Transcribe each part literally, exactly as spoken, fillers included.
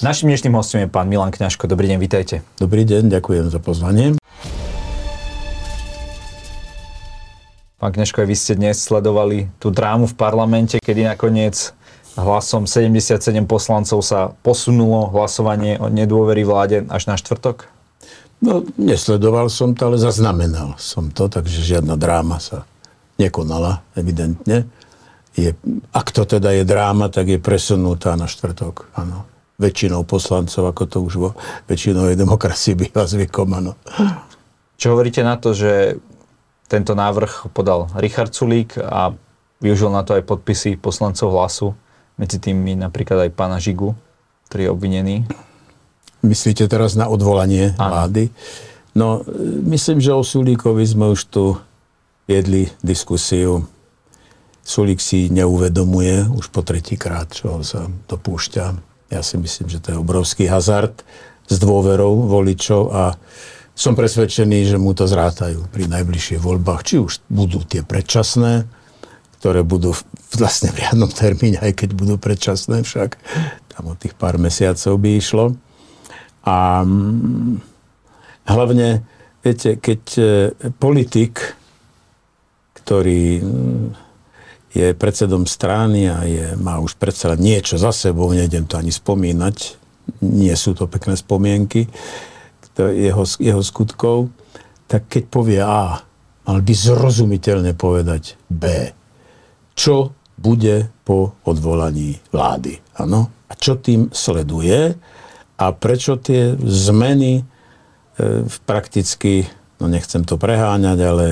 Naším dnešným hostom je pán Milan Kňažko. Dobrý deň, vítajte. Dobrý deň, ďakujem za pozvanie. Pán Kňažko, vy ste dnes sledovali tú drámu v parlamente, kedy nakoniec hlasom sedemdesiatsedem poslancov sa posunulo hlasovanie o nedôvery vláde až na štvrtok? No, nesledoval som to, ale zaznamenal som to, takže žiadna dráma sa nekonala, evidentne. Je, ak to teda je dráma, tak je presunutá na štvrtok, áno. Väčšinou poslancov, ako to už vo väčšinovej demokracii býva zvykom, áno. Čo hovoríte na to, že tento návrh podal Richard Sulík a využil na to aj podpisy poslancov Hlasu, medzi tými napríklad aj pána Žigu, ktorý je obvinený? Myslíte teraz na odvolanie Áno. vlády? No, myslím, že o Sulíkovi sme už tu viedli diskusiu. Sulík si neuvedomuje už po tretíkrát, čo sa dopúšťa. Ja si myslím, že to je obrovský hazard s dôverou voličov a som presvedčený, že mu to zrátajú pri najbližších voľbách. Či už budú tie predčasné, ktoré budú vlastne v riadnom termíne, aj keď budú predčasné však. Tam od tých pár mesiacov by išlo. A hlavne, viete, keď politik, ktorý je predsedom strany a je, má už predsa niečo za sebou, nejdem to ani spomínať, nie sú to pekné spomienky jeho, jeho skutkov, tak keď povie A, mal by zrozumiteľne povedať B. Čo bude po odvolaní vlády? Áno? A čo tým sleduje? A prečo tie zmeny e, prakticky, no nechcem to preháňať, ale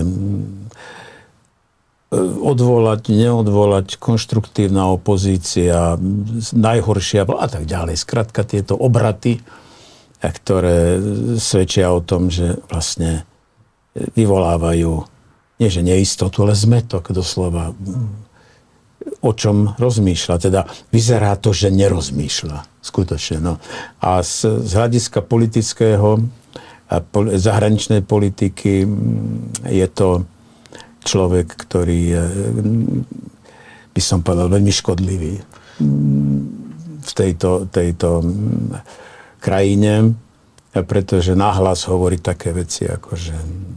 odvolať, neodvolať, konštruktívna opozícia, najhoršia a tak ďalej. Skrátka tieto obraty, ktoré svedčia o tom, že vlastne vyvolávajú nie že neistotu, ale zmätok doslova. O čom rozmýšľa. Teda vyzerá to, že nerozmýšľa. Skutočne. No. A z, z hľadiska politického a pol, zahraničnej politiky je to človek, ktorý je, by som povedal, veľmi škodlivý v tejto, tejto krajine, pretože nahlas hovorí také veci, ako že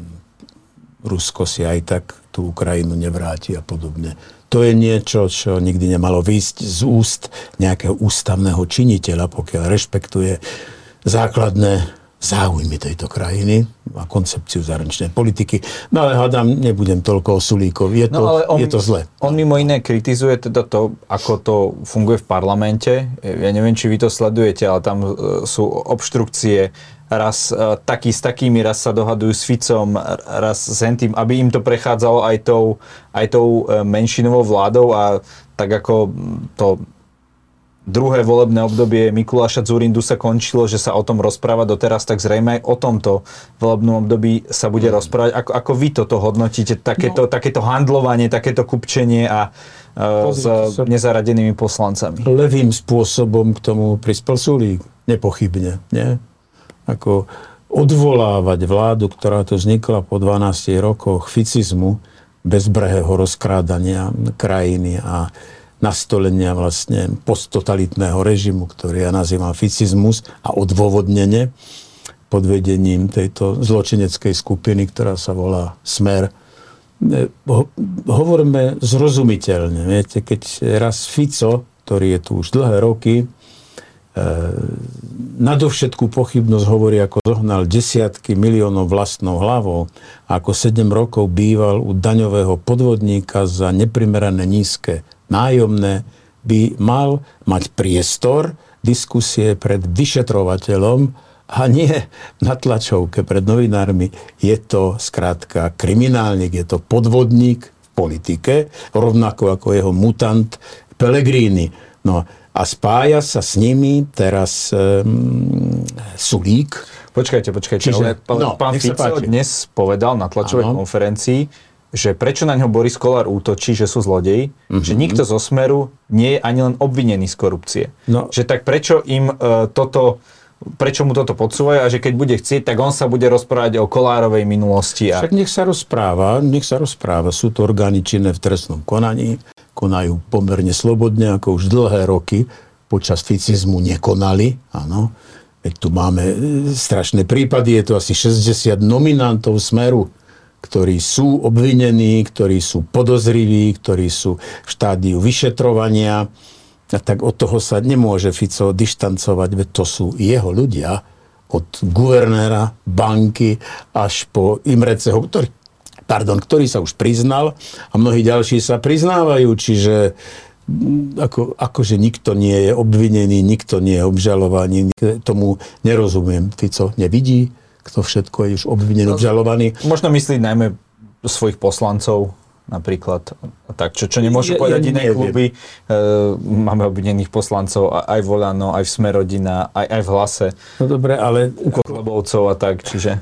Rusko si aj tak tú Ukrajinu nevráti a podobne. To je niečo, čo nikdy nemalo výjsť z úst nejakého ústavného činiteľa, pokiaľ rešpektuje základné záujmy tejto krajiny a koncepciu zahraničnej politiky. No ale hádam, nebudem toľko o Sulíkovi. Je to, no, on, je to zle. On mimo iné kritizuje teda to, ako to funguje v parlamente. Ja neviem, či vy to sledujete, ale tam sú obštrukcie. Raz takí s takými, raz sa dohadujú s Ficom, raz s hentým, aby im to prechádzalo aj tou, aj tou menšinovou vládou a tak ako to druhé volebné obdobie Mikuláša Dzurindu sa končilo, že sa o tom rozpráva doteraz, tak zrejme aj o tomto volebnom období sa bude mm. rozprávať. Ako, ako vy toto hodnotíte, takéto, no. takéto handlovanie, takéto kupčenie a uh, s sa nezaradenými poslancami? Levým spôsobom k tomu prispel Sulík, nepochybne. Nie? Ako odvolávať vládu, ktorá tu vznikla po dvanástich rokoch ficizmu, bezbrehého rozkrádania krajiny a nastolenia vlastne posttotalitného režimu, ktorý ja nazývam ficizmus a odôvodnenie pod vedením tejto zločineckej skupiny, ktorá sa volá Smer. Ho- hovoríme zrozumiteľne. Viete, keď raz Fico, ktorý je tu už dlhé roky, e, nadovšetkú pochybnosť hovorí, ako zohnal desiatky miliónov vlastnou hlavou a ako sedem rokov býval u daňového podvodníka za neprimerané nízke nájomné, by mal mať priestor diskusie pred vyšetrovateľom a nie na tlačovke pred novinármi. Je to skrátka kriminálnik, je to podvodník v politike, rovnako ako jeho mutant Pellegrini. No a spája sa s nimi teraz um, Sulík. Počkajte, počkajte. Čiže, ale pán, no, pán Fico dnes povedal na tlačovej ano. konferencii, že prečo na ňo Boris Kollár útočí, že sú zlodeji, mm-hmm. že nikto zo Smeru nie je ani len obvinený z korupcie. No. Že tak prečo im uh, toto, prečo mu toto podsúvajú a že keď bude chcieť, tak on sa bude rozprávať o Kollárovej minulosti. A... Však nech sa rozpráva, nech sa rozpráva. Sú to orgány činné v trestnom konaní, konajú pomerne slobodne, ako už dlhé roky počas ficizmu nekonali, áno. Veď tu máme strašné prípady, je to asi šesťdesiat nominantov Smeru, ktorí sú obvinení, ktorí sú podozriví, ktorí sú v štádiu vyšetrovania. A tak od toho sa nemôže Fico dištancovať, veď to sú jeho ľudia, od guvernéra banky až po Imreceho, ktorý, pardon, ktorý sa už priznal a mnohí ďalší sa priznávajú, čiže ako, akože nikto nie je obvinený, nikto nie je obžalovaný, tomu nerozumiem. Fico nevidí, kto všetko je už obvinený, obžalovaný. Možno myslí najmä svojich poslancov, napríklad. Tak, čo, čo nemôžu ja, povedať ja iné kluby. E, máme obvinených poslancov aj v Oľano, aj v Smerodina, aj, aj v Hlase. No dobre, ale... U Kotlebovcov a tak, čiže...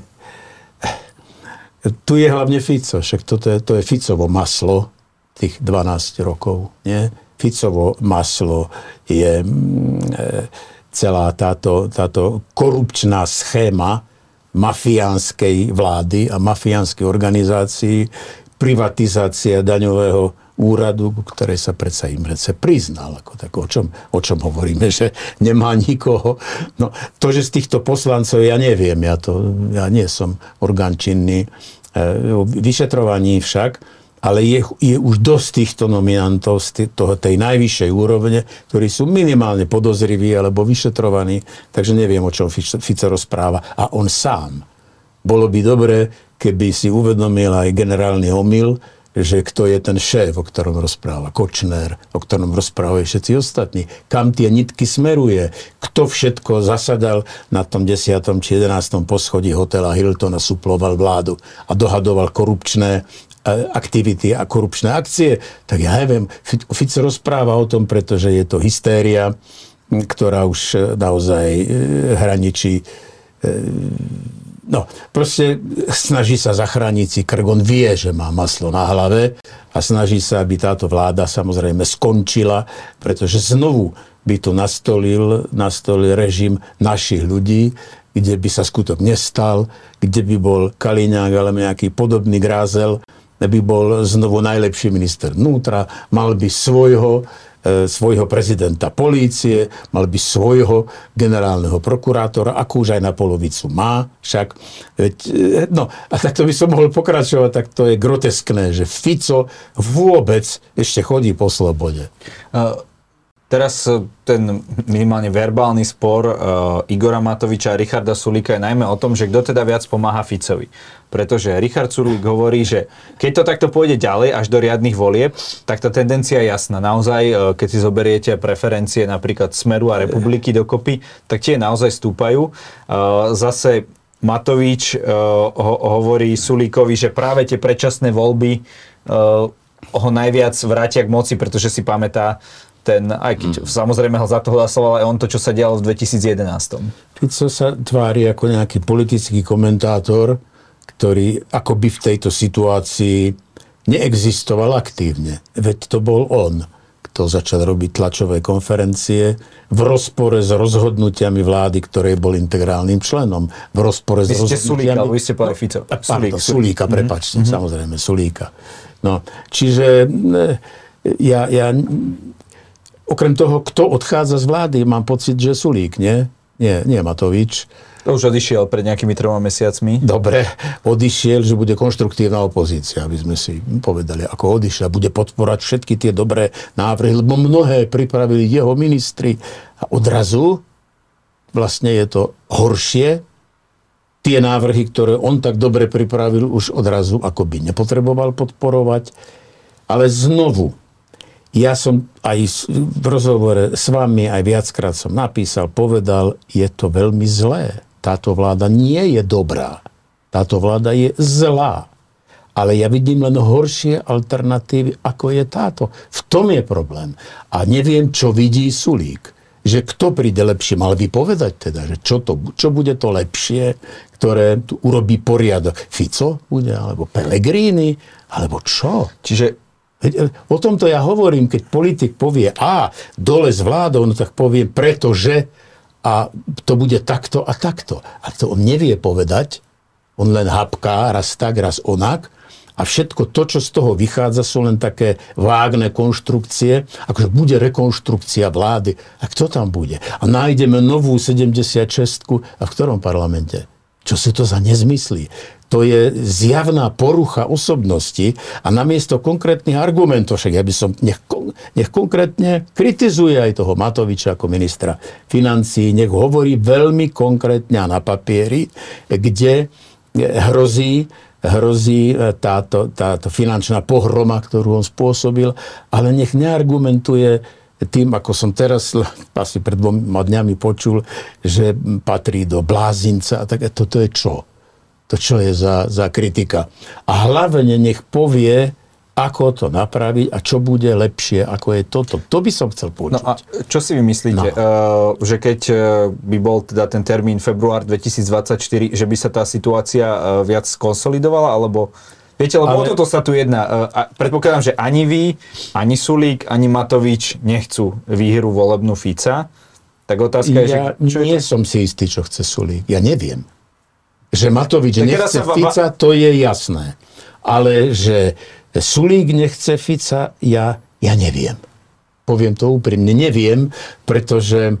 Tu je hlavne Fico, však toto je, to je Ficovo maslo tých dvanásť rokov, nie? Ficovo maslo je e, celá táto, táto korupčná schéma mafiánskej vlády a mafiánskej organizácií, privatizácia daňového úradu, ktorej sa predsa Imrece priznal. Ako tak, o, čom, o čom hovoríme, že nemá nikoho. No, to, že z týchto poslancov, ja neviem, ja, to, ja nie som orgán činný e, vyšetrovaní však, ale je, je už dosť týchto nominantov z toho, tej najvyššej úrovne, ktorí sú minimálne podozriví alebo vyšetrovaní, takže neviem, o čom Fico rozpráva. A on sám. Bolo by dobre, keby si uvedomil aj generálny omyl, že kto je ten šéf, o ktorom rozpráva Kočner, o ktorom rozprávajú všetci ostatní, kam tie nitky smeruje, kto všetko zasadal na tom desiatom či jedenástom poschodí hotela Hilton a suploval vládu a dohadoval korupčné aktivity a korupčné akcie, tak ja neviem, Fico rozpráva o tom, pretože je to hystéria, ktorá už naozaj hraničí. No, proste snaží sa zachrániť si krk, on vie, že má maslo na hlave a snaží sa, aby táto vláda samozrejme skončila, pretože znovu by tu nastolil, nastolil režim našich ľudí, kde by sa skutok nestal, kde by bol Kaliňák alebo nejaký podobný grázel, by bol znovu najlepší minister vnútra, mal by svojho, e, svojho prezidenta polície, mal by svojho generálneho prokurátora, ako už aj na polovicu má, však. Veď, e, no, a takto by som mohol pokračovať, tak to je groteskné, že Fico vôbec ešte chodí po slobode. Uh... Teraz ten minimálne verbálny spor uh, Igora Matoviča a Richarda Sulíka je najmä o tom, že kto teda viac pomáha Ficovi. Pretože Richard Sulík hovorí, že keď to takto pôjde ďalej až do riadnych volieb, tak tá tendencia je jasná. Naozaj, uh, keď si zoberiete preferencie napríklad Smeru a Republiky dokopy, tak tie naozaj stúpajú. Uh, zase Matovič uh, ho- hovorí Sulíkovi, že práve tie predčasné voľby uh, ho najviac vrátia k moci, pretože si pamätá ten, aj keď mm. samozrejme ho za to hlasoval aj on to, čo sa dialo v dvetisíc jedenásť. Fico sa tvári ako nejaký politický komentátor, ktorý akoby v tejto situácii neexistoval aktívne. Veď to bol on, kto začal robiť tlačové konferencie v rozpore s rozhodnutiami vlády, ktorej bol integrálnym členom. V rozpore vy s rozhodnutiami... Vy ste Sulíka, vy ste povedali Fico. Sulík, Sulíka, prepáčte, mm-hmm. samozrejme, Sulíka. No, čiže ja... ja okrem toho, kto odchádza z vlády, mám pocit, že Sulík, nie? Nie, nie Matovič. To už odišiel pred nejakými troma mesiacmi. Dobre, odišiel, že bude konštruktívna opozícia, aby sme si povedali, ako odišiel. Bude podporať všetky tie dobré návrhy, lebo mnohé pripravili jeho ministri. A odrazu vlastne je to horšie. Tie návrhy, ktoré on tak dobre pripravil, už odrazu akoby nepotreboval podporovať. Ale znovu, ja som aj v rozhovore s vami aj viackrát som napísal, povedal, je to veľmi zlé. Táto vláda nie je dobrá. Táto vláda je zlá. Ale ja vidím len horšie alternatívy, ako je táto. V tom je problém. A neviem, čo vidí Sulík. Že kto príde lepšie, mal by povedať teda, že čo, to, čo bude to lepšie, ktoré tu urobí poriadok. Fico bude, alebo Pellegrini, alebo čo? Čiže o tomto ja hovorím, keď politik povie a dole s vládou, no tak poviem pretože a to bude takto a takto. A to on nevie povedať, on len hapká raz tak, raz onak A všetko to, čo z toho vychádza, sú len také vágne konštrukcie, akože bude rekonštrukcia vlády. A kto tam bude? A nájdeme novú sedemdesiatšestku. A v ktorom parlamente? Čo sú to za nezmysly? To je zjavná porucha osobnosti a namiesto konkrétnych argumentov, však ja by som, nech, nech konkrétne kritizuje aj toho Matoviča ako ministra financií, nech hovorí veľmi konkrétne a na papieri, kde hrozí hrozí táto, táto finančná pohroma, ktorú on spôsobil, ale nech neargumentuje tým, ako som teraz asi pred dvoma dňami počul, že patrí do blázinca. Tak toto je čo? To čo je za, za kritika? A hlavne nech povie, ako to napraviť a čo bude lepšie, ako je toto. To by som chcel počuť. No a čo si vy myslíte, no. uh, že keď by bol teda ten termín február dvetisícdvadsaťštyri, že by sa tá situácia uh, viac skonsolidovala, alebo viete, lebo Ale... o toto sa tu jedná. Uh, a predpokladám, že ani vy, ani Sulík, ani Matovič nechcú výhru volebnú Fica. Tak otázka je, ja že... Čo nie je to? som si istý, čo chce Sulík. Ja neviem. Že Matovič tak nechce sa... Fica, to je jasné. Ale že Sulík nechce Fica, ja, ja neviem. Poviem to úprimne, neviem, pretože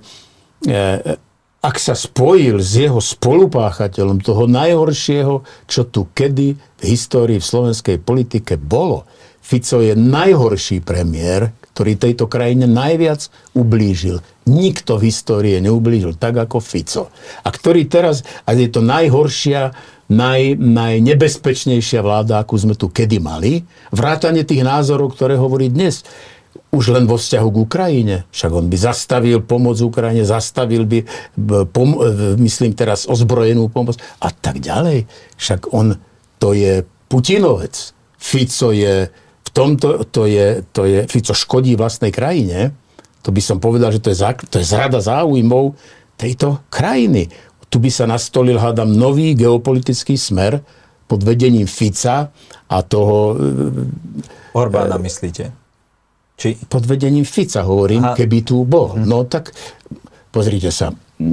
e, ak sa spojil s jeho spolupáchateľom toho najhoršieho, čo tu kedy v histórii v slovenskej politike bolo. Fico je najhorší premiér, ktorý tejto krajine najviac ublížil. Nikto v histórii neublížil tak ako Fico. A ktorý teraz, a je to najhoršia Naj, najnebezpečnejšia vláda, akú sme tu kedy mali. Vrátane tých názorov, ktoré hovorí dnes. Už len vo vzťahu k Ukrajine. Však on by zastavil pomoc Ukrajine, zastavil by, pom- myslím teraz, ozbrojenú pomoc a tak ďalej. Však on, to je Putinovec. Fico je, v tomto, to je, to je, Fico škodí vlastnej krajine. To by som povedal, že to je, zá, to je zrada záujmov tejto krajiny. Tu by sa nastolil, hádam, nový geopolitický smer pod vedením Fica a toho... Orbána, e, myslíte? Či? Pod vedením Fica, hovorím, Aha. keby tu bol. Hm. No tak, pozrite sa.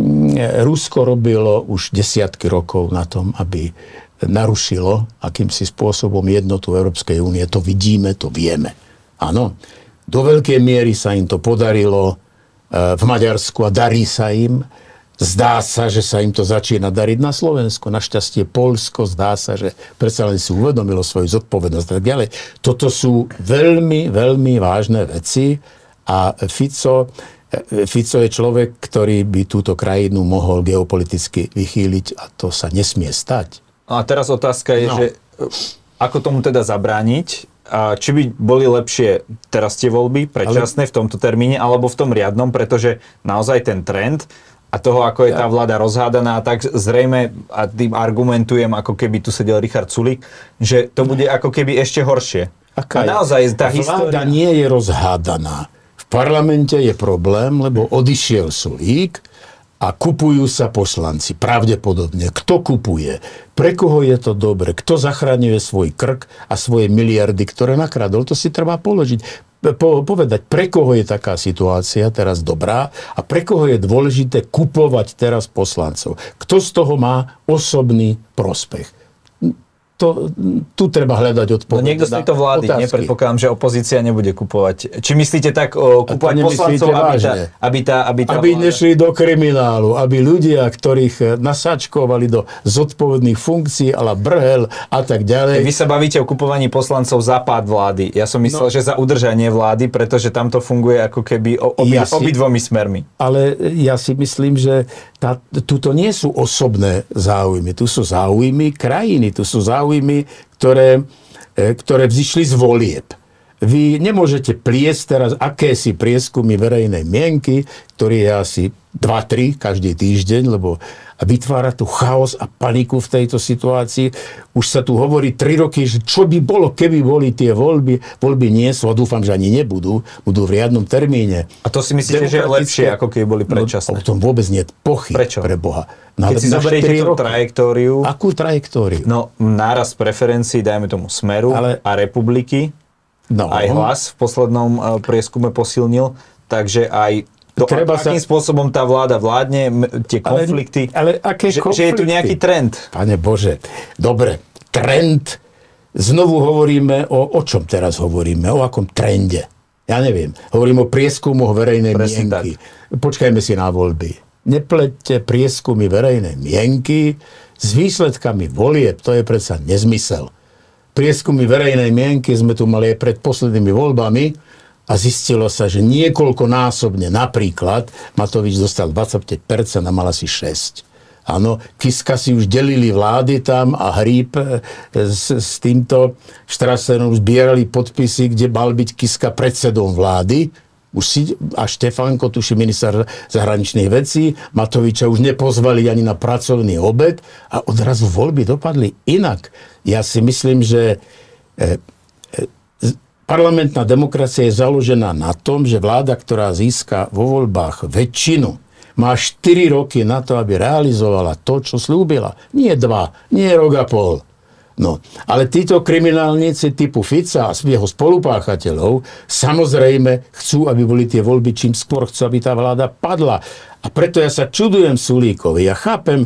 Rusko robilo už desiatky rokov na tom, aby narušilo akýmsi spôsobom jednotu Európskej únie. To vidíme, to vieme. Áno. Do veľkej miery sa im to podarilo v Maďarsku a darí sa im. Zdá sa, že sa im to začína dariť na Slovensku. Našťastie Poľsko, zdá sa, že predsa len si uvedomilo svoju zodpovednosť a tak ďalej. Toto sú veľmi, veľmi vážne veci a Fico, Fico je človek, ktorý by túto krajinu mohol geopoliticky vychýliť a to sa nesmie stať. A teraz otázka je, no. že ako tomu teda zabrániť? A či by boli lepšie teraz tie voľby predčasné Ale... v tomto termíne alebo v tom riadnom, pretože naozaj ten trend a toho, ako je tá vláda rozhádaná, tak zrejme, a tým argumentujem, ako keby tu sedel Richard Sulík, že to bude ako keby ešte horšie. Aká a naozaj tá história... Vláda nie je rozhádaná. V parlamente je problém, lebo odišiel Sulík a kupujú sa poslanci. Pravdepodobne. Kto kupuje? Pre koho je to dobre? Kto zachraňuje svoj krk a svoje miliardy, ktoré nakradol? To si treba položiť. Po, povedať, pre koho je taká situácia teraz dobrá a pre koho je dôležité kupovať teraz poslancov. Kto z toho má osobný prospech. To, tu treba hľadať odpoveď. No niekto z tejto vlády, nepredpokladám, že opozícia nebude kupovať. Či myslíte tak o, kupovať poslancov, aby tá, aby tá, aby tá aby vláda... nešli do kriminálu, aby ľudia, ktorých nasáčkovali do zodpovedných funkcií, ale Brhel a tak ďalej. Vy sa bavíte o kupovaní poslancov za pád vlády. Ja som myslel, no, že za udržanie vlády, pretože tam to funguje ako keby obi, ja si, obidvomi smermi. Ale ja si myslím, že tá, tuto nie sú osobné záujmy. Tu sú záujmy krajiny, tu sú záujmy, ktoré, ktoré vzišli z volieb. Vy nemôžete pliesť teraz akési prieskumy verejnej mienky, ktorý je asi dva tri každý týždeň, lebo vytvára tu chaos a paniku v tejto situácii. Už sa tu hovorí tri roky, že čo by bolo, keby boli tie voľby. Voľby nie sú a dúfam, že ani nebudú. Budú v riadnom termíne. A to si myslíte, že je lepšie, ako keby boli predčasné? No, o tom vôbec nie je pochyb. Prečo? Pre Boha. Na, Keď si zoberiete tú trajektóriu... Akú trajektóriu? No, nárast preferencií, dajme tomu Smeru Ale... a Republiky. No. Aj Hlas v poslednom prieskume posilnil. Takže aj to, Treba akým sa... spôsobom tá vláda vládne, tie konflikty, ale, ale aké že, konflikty? že je tu nejaký trend. Pane Bože, dobre, trend znovu hovoríme o, o čom teraz hovoríme, o akom trende. Ja neviem, hovorím o prieskumoch verejnej Presne mienky. Tak. Počkajme si na voľby. Nepleťte prieskumy verejnej mienky s výsledkami volieb, to je predsa nezmysel. Prieskumy verejnej mienky sme tu mali aj pred poslednými voľbami a zistilo sa, že niekoľkonásobne napríklad Matovič dostal dvadsaťpäť percent a mal asi šesť percent. Áno, Kiska si už delili vlády tam a Hríb s, s týmto Štrasenom zbierali podpisy, kde mal byť Kiska predsedom vlády. Už si, a Štefánko, tuší minister zahraničných vecí, Matoviča už nepozvali ani na pracovný obed a odrazu voľby dopadli inak. Ja si myslím, že e, e, parlamentná demokracia je založená na tom, že vláda, ktorá získa vo voľbách väčšinu, má štyri roky na to, aby realizovala to, čo slúbila. Nie dva, nie rok a pol. No, ale títo kriminálnici typu Fica a jeho spolupáchateľov samozrejme chcú, aby boli tie voľby čím skôr, chcú, aby tá vláda padla. A preto ja sa čudujem Sulíkovi. Ja chápem,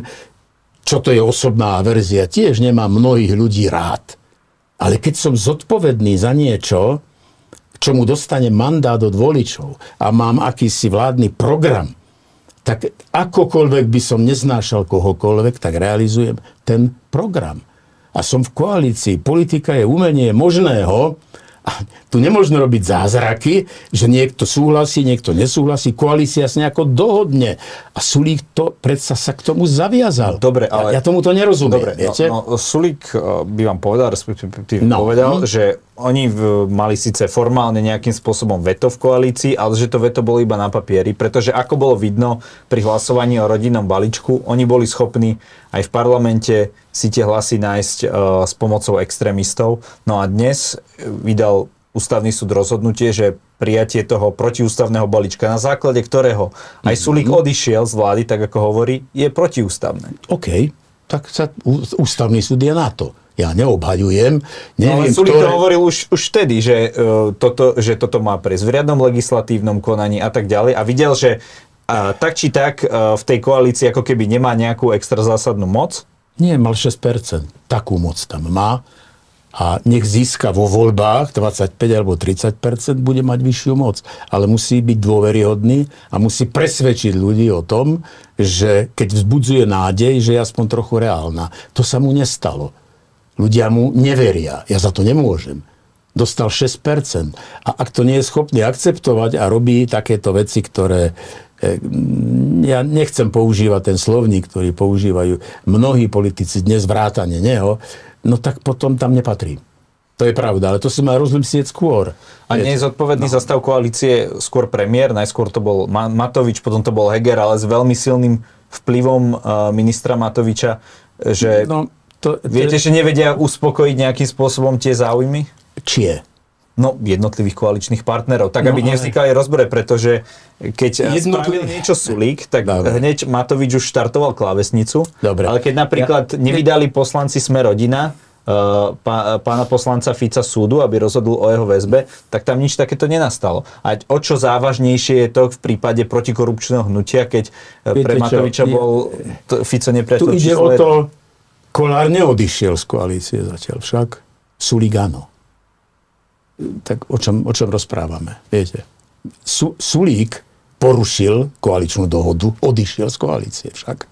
čo to je osobná averzia. Tiež nemám mnohých ľudí rád. Ale keď som zodpovedný za niečo, k čomu dostane mandát od voličov a mám akýsi vládny program, tak akokoľvek by som neznášal kohokoľvek, tak realizujem ten program. A som v koalícii. Politika je umenie možného. A tu nemôžno robiť zázraky, že niekto súhlasí, niekto nesúhlasí. Koalícia sa nejako dohodne. A Sulík to predsa sa k tomu zaviazal. Dobre, ale... Ja, ja tomu to nerozumiem, Dobre, viete? No, no, Sulík by vám povedal, respektíve no. povedal, Mm. že oni v, mali síce formálne nejakým spôsobom veto v koalícii, ale že to veto bolo iba na papieri, pretože ako bolo vidno pri hlasovaní o rodinnom balíčku, oni boli schopní aj v parlamente si tie hlasy nájsť uh, s pomocou extrémistov. No a dnes vydal ústavný súd rozhodnutie, že prijatie toho protiústavného balíčka, na základe ktorého aj Sulík odišiel z vlády, tak ako hovorí, je protiústavné. OK, tak sa, ústavný súd je na to. Ja neobhajujem. Neviem, no, ale Sulík ktoré... to hovoril už, už vtedy, že, uh, toto, že toto má prejsť v riadnom legislatívnom konaní a tak ďalej. A videl, že uh, tak či tak uh, v tej koalícii ako keby nemá nejakú extra zásadnú moc. Nie, mal šesť percent. Takú moc tam má. A nech získa vo voľbách dvadsaťpäť alebo tridsať percent, bude mať vyššiu moc. Ale musí byť dôveryhodný a musí presvedčiť ľudí o tom, že keď vzbudzuje nádej, že je aspoň trochu reálna. To sa mu nestalo. Ľudia mu neveria. Ja za to nemôžem. Dostal šesť percent. A ak to nie je schopný akceptovať a robí takéto veci, ktoré... Ja nechcem používať ten slovník, ktorý používajú mnohí politici dnes, vrátane neho, no tak potom tam nepatrí. To je pravda, ale to si má rozmyslieť skôr. A nie je zodpovedný no. za stav koalície skôr premiér, najskôr to bol Matovič, potom to bol Heger, ale s veľmi silným vplyvom ministra Matoviča, že no, to, to, viete, že nevedia uspokojiť nejakým spôsobom tie záujmy? Čie? No, jednotlivých koaličných partnerov. Tak, aby no, nevznikali ale... rozbore, pretože keď Jednotlivý... spravil niečo Sulík, tak Dobre. hneď Matovič už štartoval klávesnicu. Dobre. Ale keď napríklad ja... nevydali poslanci Sme rodina uh, pá, pána poslanca Fica súdu, aby rozhodol o jeho väzbe, tak tam nič takéto nenastalo. A o čo závažnejšie je to v prípade protikorupčného hnutia, keď Viete pre Matoviča čo? bol to, Fico nepriateľ číslo. Tu ide o to, Kollár neodišiel z koalície zatiaľ však. Sulík áno. Tak o čom, o čom rozprávame? Viete, Su, Sulík porušil koaličnú dohodu, odišiel z koalície však.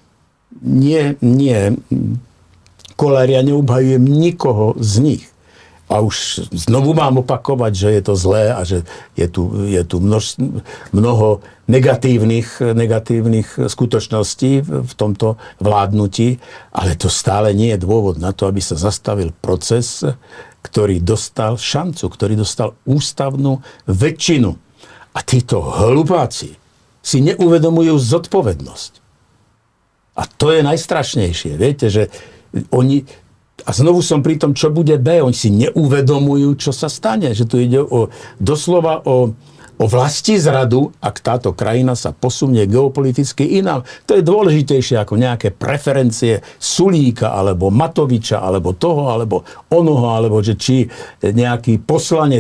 Nie, nie. Kollár, ja neobhajujem nikoho z nich. A už znovu mám opakovať, že je to zlé a že je tu, je tu množ, mnoho negatívnych, negatívnych skutočností v tomto vládnutí, ale to stále nie je dôvod na to, aby sa zastavil proces, ktorý dostal šancu, ktorý dostal ústavnú väčšinu. A títo hlupáci si neuvedomujú zodpovednosť. A to je najstrašnejšie. Viete, že oni... A znovu som pri tom, čo bude B. Oni si neuvedomujú, čo sa stane. Že tu ide o, doslova o, o vlastizradu, ak táto krajina sa posunie geopoliticky inám. To je dôležitejšie ako nejaké preferencie Sulíka, alebo Matoviča, alebo toho, alebo onoho, alebo že či nejaký poslanec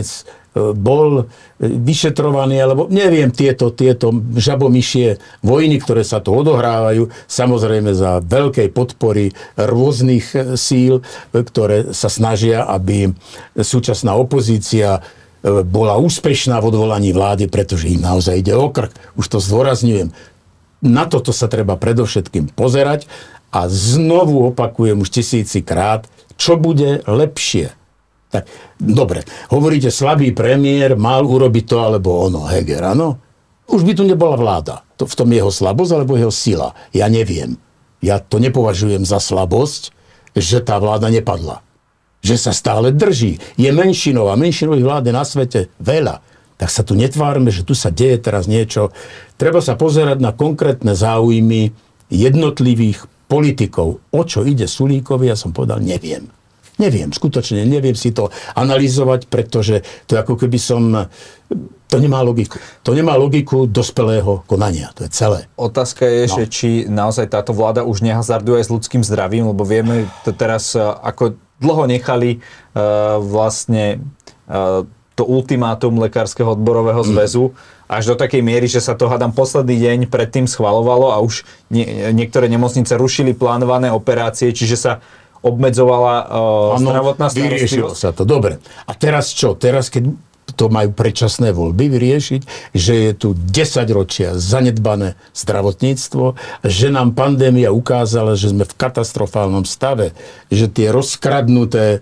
bol vyšetrovaný, alebo neviem, tieto, tieto žabomyšie vojny, ktoré sa tu odohrávajú, samozrejme za veľkej podpory rôznych síl, ktoré sa snažia, aby súčasná opozícia bola úspešná v odvolaní vlády, pretože im naozaj ide o krk. Už to zdôrazňujem. Na toto sa treba predovšetkým pozerať a znovu opakujem už tisícikrát, čo bude lepšie. Tak, dobre, hovoríte, slabý premiér mal urobiť to alebo ono, Heger, áno? Už by tu nebola vláda. To v tom jeho slabosť alebo jeho sila. Ja neviem. Ja to nepovažujem za slabosť, že tá vláda nepadla. Že sa stále drží. Je menšinová, menšinových vlády na svete veľa. Tak sa tu netvárme, že tu sa deje teraz niečo. Treba sa pozerať na konkrétne záujmy jednotlivých politikov. O čo ide Sulíkovi, ja som povedal, neviem. Neviem, skutočne neviem si to analyzovať, pretože to ako keby som... To nemá logiku. To nemá logiku dospelého konania. To je celé. Otázka je, no. že či naozaj táto vláda už nehazarduje s ľudským zdravím, lebo vieme to teraz, ako dlho nechali uh, vlastne uh, to ultimátum Lekárskeho odborového zväzu, mm. až do takej miery, že sa to, hádam, posledný deň predtým schvaľovalo a už nie, niektoré nemocnice rušili plánované operácie, čiže sa obmedzovala uh, ano, zdravotná starostlivosť. Vyriešilo sa to, dobre. A teraz čo? Teraz, keď to majú predčasné voľby vyriešiť, že je tu desaťročia zanedbané zdravotníctvo, že nám pandémia ukázala, že sme v katastrofálnom stave, že tie rozkradnuté,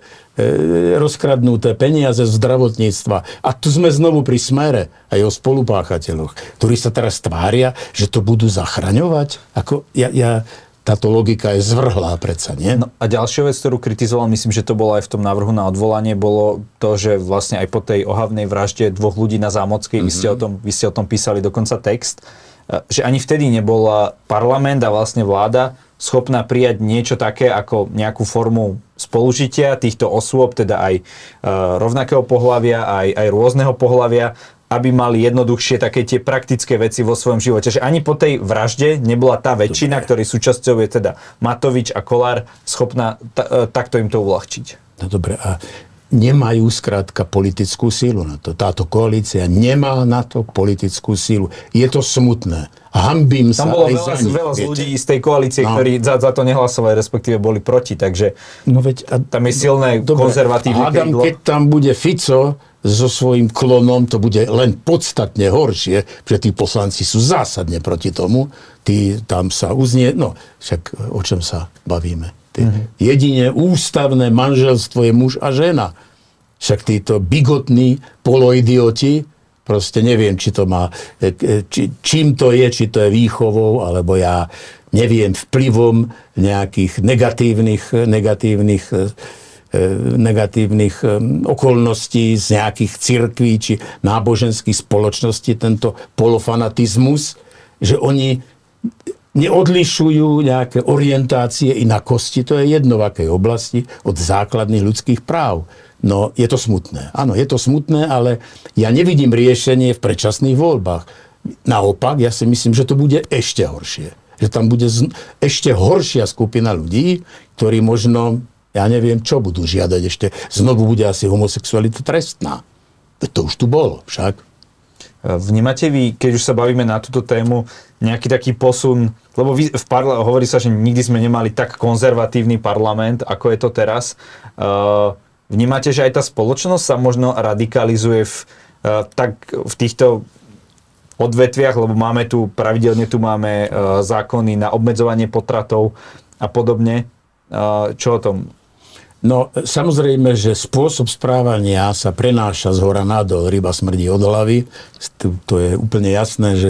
e, rozkradnuté peniaze z zdravotníctva, a tu sme znovu pri Smere a jeho spolupáchateľoch, ktorí sa teraz tvária, že to budú zachraňovať. Ako ja... ja Táto logika je zvrhlá predsa, nie? No a ďalšia vec, ktorú kritizoval, myslím, že to bolo aj v tom návrhu na odvolanie, bolo to, že vlastne aj po tej ohavnej vražde dvoch ľudí na Zámockej, mm-hmm. vy ste o tom, vy ste o tom písali dokonca text, že ani vtedy nebola parlament a vlastne vláda schopná prijať niečo také ako nejakú formu spolužitia týchto osôb, teda aj rovnakého pohlavia, aj, aj rôzneho pohlavia, aby mali jednoduchšie také tie praktické veci vo svojom živote. Že ani po tej vražde nebola tá väčšina, ktorej súčasťou je teda Matovič a Kollár, schopná t- takto im to uľahčiť. No dobre, a nemajú skrátka politickú sílu na to. Táto koalícia nemá na to politickú sílu. Je to smutné. Hambím sa aj veľa, za nich. Tam bolo veľa z ľudí z tej koalície, no. ktorí za, za to nehlasovali, respektíve boli proti, takže no veď, a, tam je silné dobre, konzervatívne. Adam, keď tam bude Fico so svojím klonom, to bude len podstatne horšie, že tí poslanci sú zásadne proti tomu. Tí tam sa uznie... No, však o čom sa bavíme? Mm-hmm. Jedine ústavné manželstvo je muž a žena. Však títo bigotní poloidioti, proste neviem, či to má... Či, čím to je, či to je výchovou, alebo ja neviem, vplyvom nejakých negatívnych... negatívnych negatívnych okolností z nejakých cirkví či náboženských spoločností, tento polofanatizmus, že oni neodlišujú nejaké orientácie inakosti, to je jedno v akej oblasti, od základných ľudských práv. No, je to smutné. Áno, je to smutné, ale ja nevidím riešenie v predčasných voľbách. Naopak, ja si myslím, že to bude ešte horšie. Že tam bude ešte horšia skupina ľudí, ktorí možno ja neviem, čo budú žiadať ešte. Znovu bude asi homosexualita trestná. To už tu bolo však. Vnímate vy, keď už sa bavíme na túto tému, nejaký taký posun, lebo vy v parla- hovorí sa, že nikdy sme nemali tak konzervatívny parlament, ako je to teraz. Vnímate, že aj tá spoločnosť sa možno radikalizuje v, tak v týchto odvetviach, lebo máme tu, pravidelne tu máme zákony na obmedzovanie potratov a podobne. Čo o tom? No, samozrejme, že spôsob správania sa prenáša z hora nadol, ryba smrdí od hlavy. To je úplne jasné, že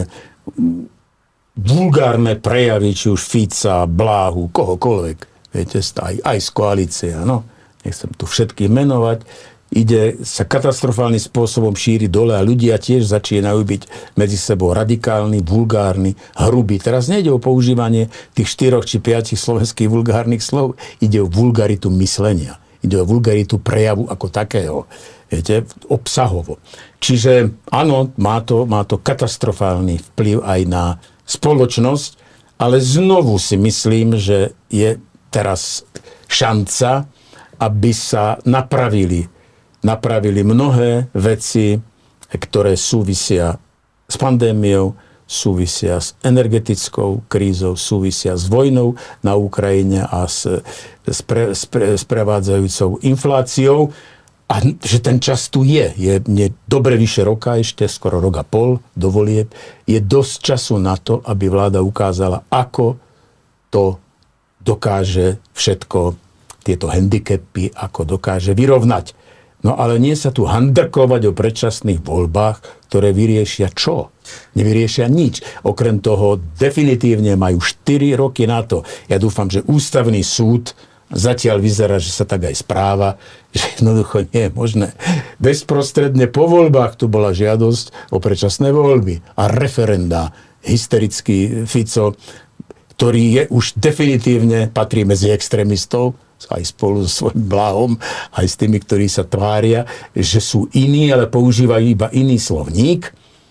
vulgárne prejavy, či už Fica, Bláhu, kohokoľvek, viete, aj, aj z koalície, no, nechcem tu všetkých menovať, ide sa katastrofálnym spôsobom šíriť dole a ľudia tiež začínajú byť medzi sebou radikálni, vulgárni, hrubí. Teraz nejde o používanie tých štyroch či piatich slovenských vulgárnych slov, ide o vulgaritu myslenia, ide o vulgaritu prejavu ako takého, viete, obsahovo. Čiže áno, má to, má to katastrofálny vplyv aj na spoločnosť, ale znovu si myslím, že je teraz šanca, aby sa napravili napravili mnohé veci, ktoré súvisia s pandémiou, súvisia s energetickou krízou, súvisia s vojnou na Ukrajine a s, s, pre, s, pre, s prevádzajúcou infláciou. A že ten čas tu je. Je, je dobre vyše roka, ešte skoro rok a pol do volieb. Je dosť času na to, aby vláda ukázala, ako to dokáže všetko, tieto handicapy, ako dokáže vyrovnať. No ale nie sa tu handrkovať o predčasných voľbách, ktoré vyriešia čo? Nevyriešia nič. Okrem toho definitívne majú štyri roky na to. Ja dúfam, že ústavný súd zatiaľ vyzerá, že sa tak aj správa, že jednoducho nie je možné. Bezprostredne po voľbách tu bola žiadosť o predčasné voľby a referenda. Hysterický Fico, ktorý je už definitívne patrí medzi extrémistov, aj spolu so svojím Blahom, aj s tými, ktorí sa tvária, že sú iní, ale používajú iba iný slovník,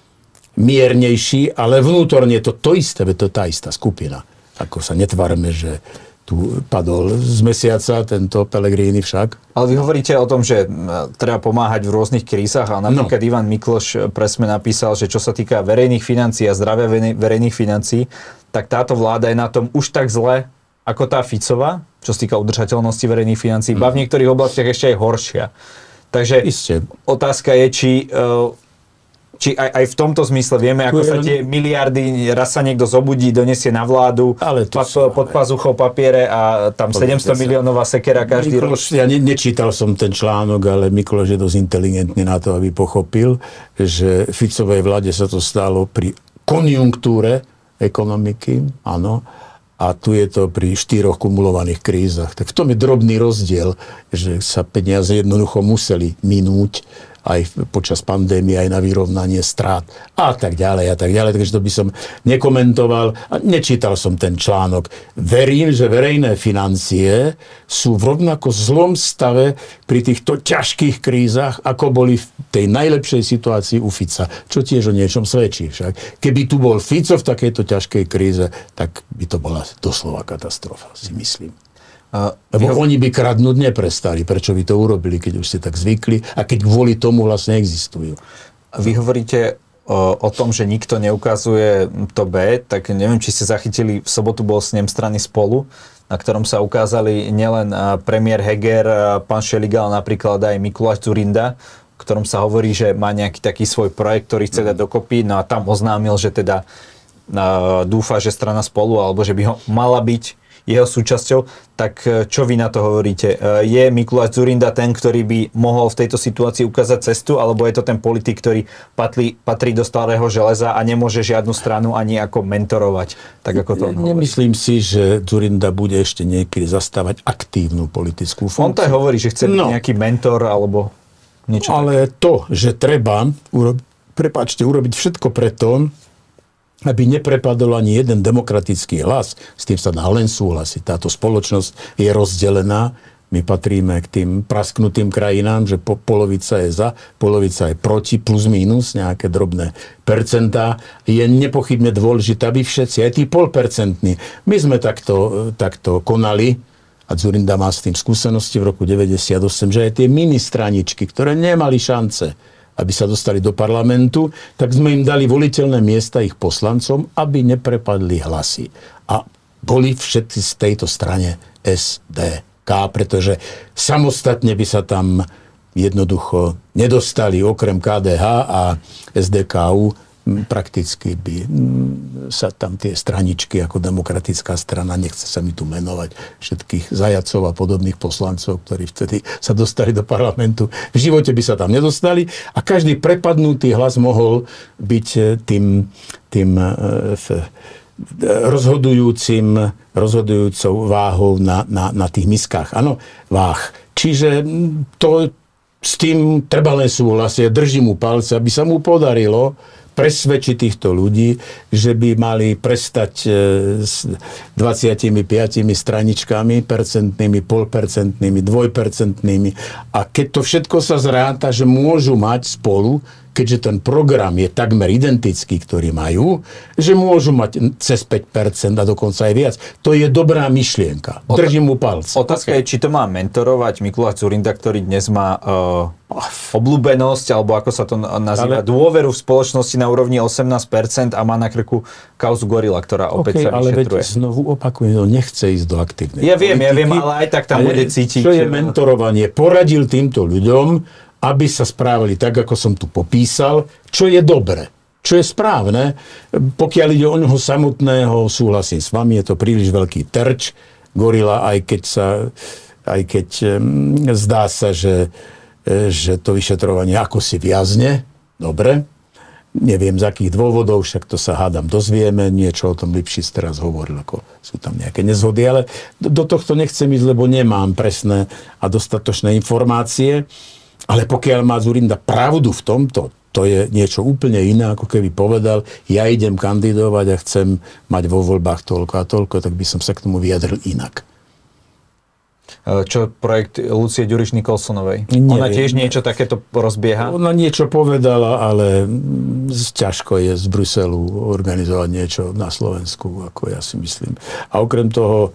miernejší, ale vnútorne je to to isté, to tá istá skupina. Ako sa netvárme, že tu padol z mesiaca tento Pellegrini však. Ale vy hovoríte o tom, že treba pomáhať v rôznych krízach a napríklad no. Ivan Mikloš presne napísal, že čo sa týka verejných financií a zdravia verejných financií, tak táto vláda je na tom už tak zle, ako tá Ficová, čo sa týka udržateľnosti verejných financií, iba v niektorých oblastiach ešte aj horšia. Takže Isté. Otázka je, či... Uh, Či aj, aj v tomto zmysle vieme, ako sa tie miliardy, raz sa niekto zobudí, donesie na vládu, pod, pod pazuchou papiere a tam sedemsto miliónová sekera každý rok. Ja ne, nečítal som ten článok, ale Mikloš je dosť inteligentný na to, aby pochopil, že Ficovej vláde sa to stalo pri konjunktúre ekonomiky, áno, a tu je to pri štyroch kumulovaných krízach. Tak v tom je drobný rozdiel, že sa peniaze jednoducho museli minúť aj počas pandémie, aj na vyrovnanie strát a tak ďalej a tak ďalej. Takže to by som nekomentoval a nečítal som ten článok. Verím, že verejné financie sú v rovnako zlom stave pri týchto ťažkých krízach, ako boli v tej najlepšej situácii u Fica, čo tiež o niečom svedčí však. Keby tu bol Fico v takejto ťažkej kríze, tak by to bola doslova katastrofa, si myslím. Uh, Lebo vyho- oni by kradnúť neprestali. Prečo by to urobili, keď už ste tak zvykli a keď kvôli tomu vlastne existujú? Vy hovoríte o, o tom, že nikto neukazuje to B, tak neviem, či ste zachytili, v sobotu bol snem strany Spolu, na ktorom sa ukázali nielen premiér Heger, pán Šeliga, ale napríklad aj Mikuláš Dzurinda, v ktorom sa hovorí, že má nejaký taký svoj projekt, ktorý chce dať dokopy, no a tam oznámil, že teda uh, dúfa, že strana Spolu, alebo že by ho mala byť jeho súčasťou, tak čo vy na to hovoríte? Je Mikuláš Dzurinda ten, ktorý by mohol v tejto situácii ukázať cestu, alebo je to ten politik, ktorý patrí, patrí do starého železa a nemôže žiadnu stranu ani ako mentorovať? Tak ako to on hovorí. Nemyslím si, že Dzurinda bude ešte niekedy zastávať aktívnu politickú funkciu. On to aj hovorí, že chce no. nejaký mentor alebo niečo. Ale také. To, že treba urob... prepáčte, urobiť všetko preto, aby neprepadol ani jeden demokratický hlas. S tým sa dá len súhlasiť. Táto spoločnosť je rozdelená. My patríme k tým prasknutým krajinám, že po, polovica je za, polovica je proti, plus mínus, nejaké drobné percentá. Je nepochybne dôležité, aby všetci, aj tí polpercentní. My sme takto, takto konali, a Dzurinda má s tým skúsenosti v roku deväťdesiatosem, že aj tie ministraničky, ktoré nemali šance, aby sa dostali do parlamentu, tak sme im dali voliteľné miesta ich poslancom, aby neprepadli hlasy. A boli všetci z tejto strane es dé ká, pretože samostatne by sa tam jednoducho nedostali, okrem ká dé há a es dé ká ú, prakticky by sa tam tie straničky ako demokratická strana, nechce sa mi tu menovať všetkých Zajacov a podobných poslancov, ktorí vtedy sa dostali do parlamentu. V živote by sa tam nedostali a každý prepadnutý hlas mohol byť tým, tým rozhodujúcim, rozhodujúcou váhou na, na, na tých miskách. Áno, váh. Čiže to s tým treba len súhlasiť. Držím mu palce, aby sa mu podarilo presvedčiť týchto ľudí, že by mali prestať s dvadsiatimi piatimi straničkami, percentnými, polpercentnými, dvojpercentnými. A keď to všetko sa zráta, že môžu mať Spolu keďže ten program je takmer identický, ktorý majú, že môžu mať cez päť percent a dokonca aj viac. To je dobrá myšlienka. Držím mu palce. Otázka okay. je, či to má mentorovať Mikuláš Dzurinda, ktorý dnes má uh, obľúbenosť, alebo ako sa to nazýva, ale... dôveru v spoločnosti na úrovni osemnásť percent a má na krku kauzu Gorila, ktorá opäť okay, sa vyšetruje. Ale veď znovu opakujem, on nechce ísť do aktívnej Ja viem, politiky, ja viem, ale aj tak tam bude cítiť. Čo je mentorovanie? Poradil týmto ľuďom, aby sa správali tak, ako som tu popísal, čo je dobre, čo je správne. Pokiaľ ide o ňoho samotného, súhlasím s vami, je to príliš veľký terč. Gorila, aj keď sa, aj keď um, zdá sa, že, že to vyšetrovanie ako si viazne, dobre, neviem z akých dôvodov, však to sa hádam dozvieme, niečo o tom Lipšic teraz hovoril, ako sú tam nejaké nezhody, ale do tohto nechcem ísť, lebo nemám presné a dostatočné informácie, ale pokiaľ má Dzurinda pravdu v tomto, to je niečo úplne iné, ako keby povedal, ja idem kandidovať a chcem mať vo voľbách toľko a toľko, tak by som sa k tomu vyjadril inak. Čo projekt Lucie Ďuriš-Nikolsonovej? Ona tiež niečo takéto rozbieha? Ona niečo povedala, ale ťažko je z Bruselu organizovať niečo na Slovensku, ako ja si myslím. A okrem toho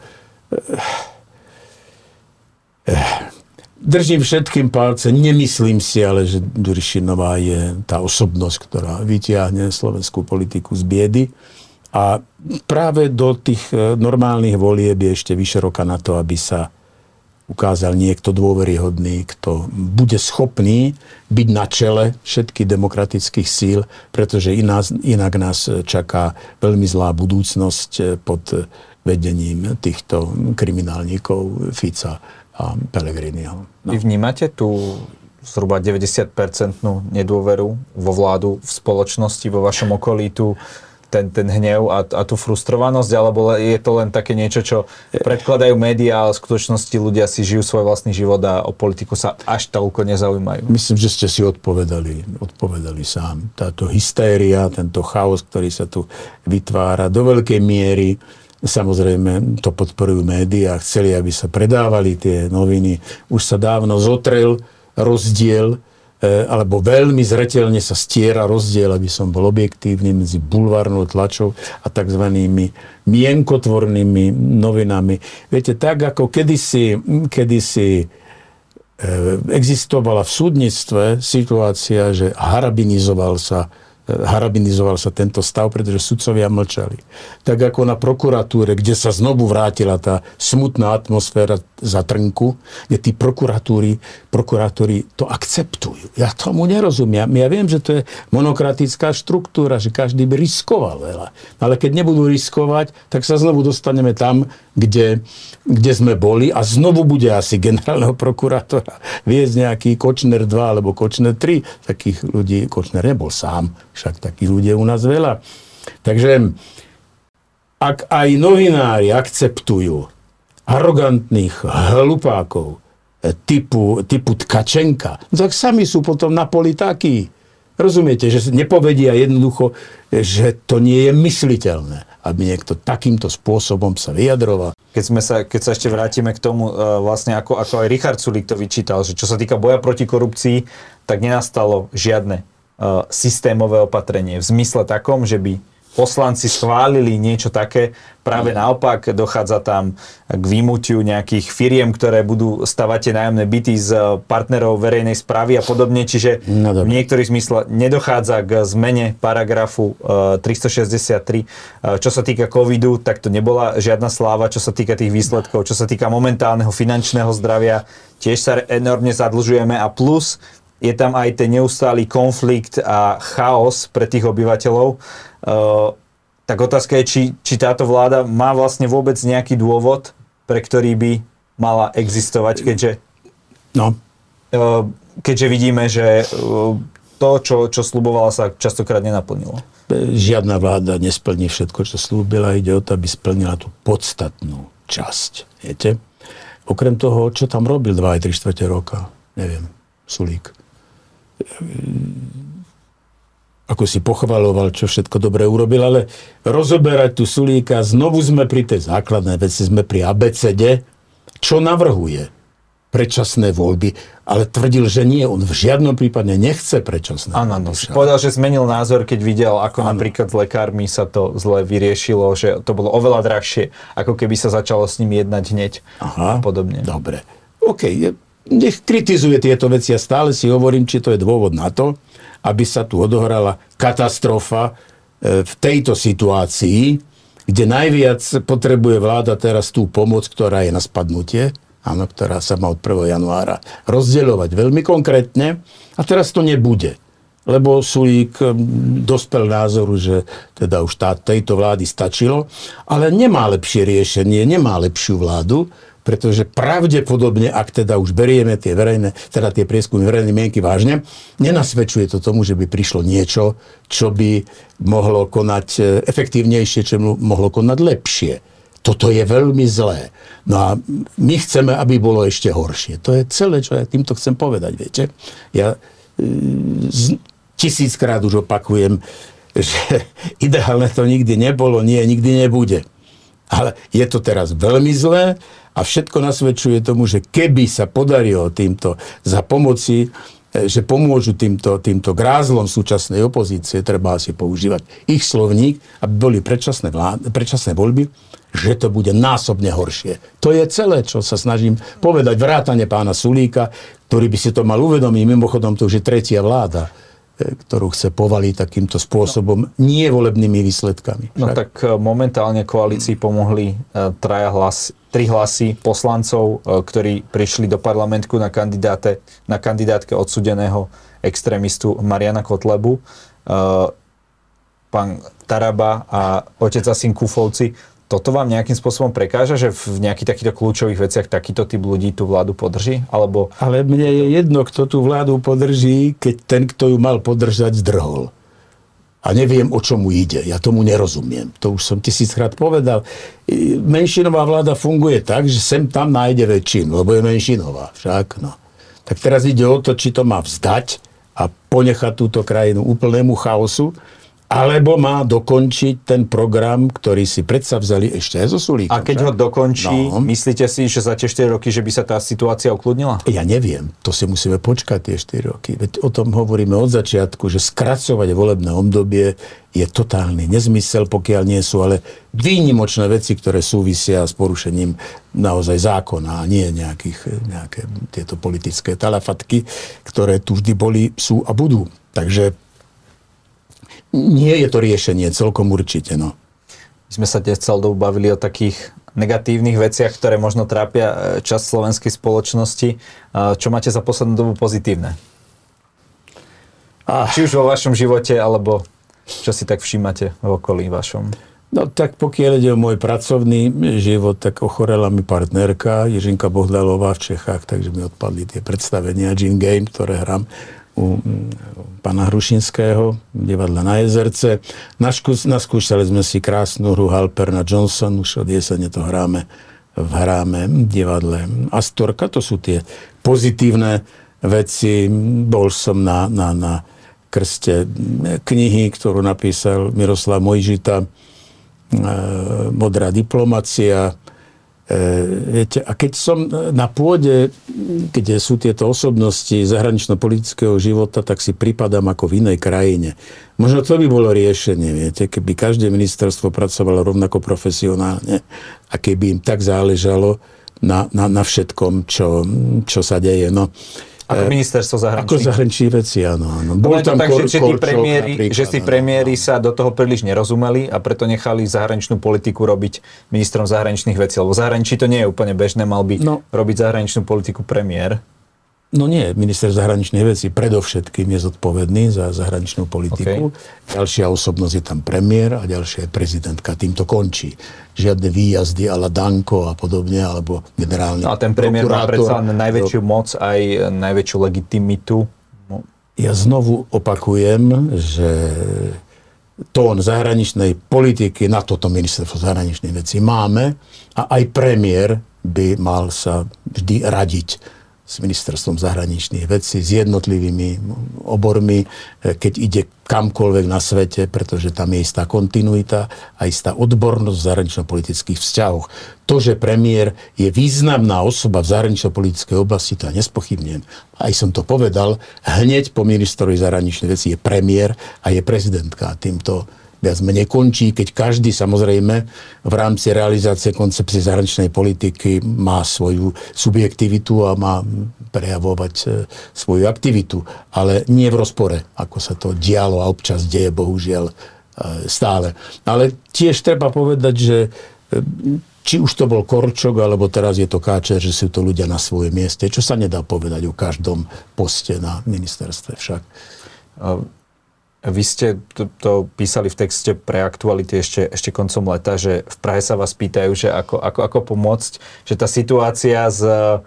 držím všetkým palce, nemyslím si, ale že Ďurišinová je tá osobnosť, ktorá vytiahne slovenskú politiku z biedy. A práve do tých normálnych volieb je ešte vyše roka na to, aby sa ukázal niekto dôveryhodný, kto bude schopný byť na čele všetkých demokratických síl, pretože inak, inak nás čaká veľmi zlá budúcnosť pod vedením týchto kriminálnikov Fica a Pellegriniho. No. Vy vnímate tú zhruba deväťdesiat percent nedôveru vo vládu, v spoločnosti, vo vašom okolí, tú ten, ten hnev a, a tú frustrovanosť, alebo je to len také niečo, čo predkladajú médiá, ale v skutočnosti ľudia si žijú svoj vlastný život a o politiku sa až toľko nezaujímajú? Myslím, že ste si odpovedali, odpovedali sám. Táto hystéria, tento chaos, ktorý sa tu vytvára do veľkej miery, samozrejme to podporujú médiá, chceli, aby sa predávali tie noviny. Už sa dávno zotrel rozdiel, alebo veľmi zreteľne sa stiera rozdiel, aby som bol objektívny, medzi bulvárnou tlačou a takzvanými mienkotvornými novinami. Viete, tak ako kedysi, kedysi existovala v súdnictve situácia, že harabinizoval sa harabinizoval sa tento stav, pretože sudcovia mlčali. Tak ako na prokuratúre, kde sa znovu vrátila tá smutná atmosféra za trnku, kde tí prokuratúry, prokurátori to akceptujú. Ja tomu nerozumiem. Ja viem, že to je monokratická štruktúra, že každý by riskoval veľa. Ale keď nebudú riskovať, tak sa znovu dostaneme tam, kde, kde sme boli a znovu bude asi generálneho prokurátora viesť nejaký Kočner dva alebo Kočner tri. Takých ľudí, Kočner nebol sám, však takých ľudí je u nás veľa. Takže ak aj novinári akceptujú arogantných hlupákov typu, typu Tkačenka, tak sami sú potom na poli takí. Rozumiete, že nepovedia jednoducho, že to nie je mysliteľné, aby niekto takýmto spôsobom sa vyjadroval. Keď, sme sa, keď sa ešte vrátime k tomu, vlastne ako, ako aj Richard Sulík to vyčítal, že čo sa týka boja proti korupcii, tak nenastalo žiadne uh, systémové opatrenie v zmysle takom, že by poslanci schválili niečo také. Práve naopak, dochádza tam k vymutiu nejakých firiem, ktoré budú stavať tie nájomné byty z partnerov verejnej správy a podobne. Čiže no, v niektorých zmysle nedochádza k zmene paragrafu uh, tristošesťdesiattri. Uh, čo sa týka covidu, tak to nebola žiadna sláva. Čo sa týka tých výsledkov, čo sa týka momentálneho finančného zdravia, tiež sa enormne zadlžujeme a plus je tam aj ten neustály konflikt a chaos pre tých obyvateľov. Uh, tak otázka je, či, či táto vláda má vlastne vôbec nejaký dôvod, pre ktorý by mala existovať, keďže, no. uh, keďže vidíme, že uh, to, čo, čo sľubovala, sa častokrát nenaplnilo. Žiadna vláda nesplní všetko, čo slúbila. Ide o to, aby splnila tú podstatnú časť. Viete? Okrem toho, čo tam robil dva aj tri štvrte roka, neviem, Sulík. Ako si pochvaloval, čo všetko dobre urobil, ale rozoberať tu Sulíka, znovu sme pri tej základnej veci, sme pri abecede, čo navrhuje. predčasné voľby, ale tvrdil, že nie, on v žiadnom prípade nechce predčasné Áno, voľby. no, povedal, že zmenil názor, keď videl, ako ano. Napríklad s lekármi sa to zle vyriešilo, že to bolo oveľa drahšie, ako keby sa začalo s nimi jednať hneď. Aha, a podobne. Dobre. OK, nech kritizuje tieto veci a stále si hovorím, či to je dôvod na to, aby sa tu odohrala katastrofa v tejto situácii, kde najviac potrebuje vláda teraz tú pomoc, ktorá je na spadnutie, áno, ktorá sa má od prvého januára rozdeľovať veľmi konkrétne. A teraz to nebude. Lebo Sulík dospel názoru, že teda už tá, tejto vlády stačilo, ale nemá lepšie riešenie, nemá lepšiu vládu, pretože pravdepodobne, ak teda už berieme tie verejné, teda tie prieskumy verejnej mienky vážne, nenasvedčuje to tomu, že by prišlo niečo, čo by mohlo konať efektívnejšie, čo by mohlo konať lepšie. Toto je veľmi zlé. No a my chceme, aby bolo ešte horšie. To je celé, čo ja týmto chcem povedať, viete. Ja z, tisíckrát už opakujem, že ideálne to nikdy nebolo, nie, nikdy nebude. Ale je to teraz veľmi zlé a všetko nasvedčuje tomu, že keby sa podarilo týmto za pomoci, že pomôžu týmto, týmto grázlom súčasnej opozície, treba asi používať ich slovník, aby boli predčasné, vlád, predčasné voľby, že to bude násobne horšie. To je celé, čo sa snažím povedať. Vrátane pána Sulíka, ktorý by si to mal uvedomiť. Mimochodom, to už je tretia vláda, ktorú chce povaliť takýmto spôsobom, nie volebnými výsledkami. No tak momentálne koalícii pomohli traja hlas, tri hlasy poslancov, ktorí prišli do parlamentu na kandidáte, na kandidátke odsúdeného extrémistu Mariana Kotlebu. Pán Taraba a otec a syn Kufovci. Toto vám nejakým spôsobom prekáža, že v nejakých takýchto kľúčových veciach takýto typ ľudí tú vládu podrží? Alebo... Ale mne je jedno, kto tú vládu podrží, keď ten, kto ju mal podržať, zdrhol. A neviem, o čomu ide. Ja tomu nerozumiem. To už som tisíckrát povedal. Menšinová vláda funguje tak, že sem tam nájde väčšinu, lebo je menšinová. Však, no. Tak teraz ide o to, či to má vzdať a ponechať túto krajinu úplnému chaosu, alebo má dokončiť ten program, ktorý si predsa vzali ešte aj zo Sulíkom. A keď ho dokončí, no. Myslíte si, že za tie štyri roky, že by sa tá situácia ukludnila? Ja neviem. To si musíme počkať tie štyri roky. Veď o tom hovoríme od začiatku, že skracovať volebné obdobie je totálny nezmysel, pokiaľ nie sú ale výnimočné veci, ktoré súvisia s porušením naozaj zákona a nie nejakých, nejaké tieto politické talafatky, ktoré tu vždy boli, sú a budú. Takže nie je to riešenie, celkom určite, no. My sme sa dnes celú dobu bavili o takých negatívnych veciach, ktoré možno trápia časť slovenskej spoločnosti. Čo máte za poslednú dobu pozitívne? Ah. Či už vo vašom živote, alebo čo si tak všímate v okolí vašom? No tak pokiaľ ide o môj pracovný život, tak ochorela mi partnerka Jiřinka Bohdalová v Čechách, takže mi odpadli tie predstavenia Gin Game, ktoré hrám u pána Hrušinského v divadle na Jezerce. Naskúšali sme si krásnu hru Halperna Johnson, už od jesene to hráme v hráme divadle Astorka. To sú tie pozitívne veci. Bol som na, na, na krste knihy, ktorú napísal Miroslav Mojžita, Modrá diplomacia. Viete, a keď som na pôde, kde sú tieto osobnosti zahranično-politického života, tak si pripadám ako v inej krajine. Možno to by bolo riešenie, viete, keby každé ministerstvo pracovalo rovnako profesionálne a keby im tak záležalo na, na, na všetkom, čo, čo sa deje. No, ako ministerstvo zahraničných. Ako zahraničných veci, áno. áno. Bol tam tak, kor, že, že tí premiéry, že tí premiéri sa do toho príliš nerozumeli a preto nechali zahraničnú politiku robiť ministrom zahraničných vecí. Lebo v zahraničí to nie je úplne bežné, mal by no, robiť zahraničnú politiku premiér. No nie, minister zahraničných vecí predovšetkým je zodpovedný za zahraničnú politiku. Okay. Ďalšia osobnosť je tam premiér a ďalšia je prezidentka. Týmto končí. Žiadne výjazdy a la Danko a podobne, alebo generálny prokurátor. A ten premiér má predsa najväčšiu moc, aj najväčšiu legitimitu. No. Ja znovu opakujem, že tón zahraničnej politiky na toto ministerstvo zahraničných vecí máme a aj premiér by mal sa vždy radiť s ministerstvom zahraničných vecí, s jednotlivými obormi, keď ide kamkoľvek na svete, pretože tam je istá kontinuita a istá odbornosť v zahranično-politických vzťahoch. To, že premiér je významná osoba v zahranično-politickej oblasti, to ja nespochybňujem. Aj som to povedal, hneď po ministrovi zahraničných vecí je premiér a je prezidentka. Týmto viac menej končí, keď každý samozrejme v rámci realizácie koncepcie zahraničnej politiky má svoju subjektivitu a má prejavovať e, svoju aktivitu. Ale nie v rozpore, ako sa to dialo a občas deje, bohužiaľ, e, stále. Ale tiež treba povedať, že e, či už to bol Korčok, alebo teraz je to Káčer, že sú to ľudia na svojom mieste, čo sa nedá povedať o každom poste na ministerstve však. Uh. Vy ste to, to písali v texte pre Aktuality ešte, ešte koncom leta, že v Prahe sa vás pýtajú, že ako, ako, ako pomôcť, že tá situácia z,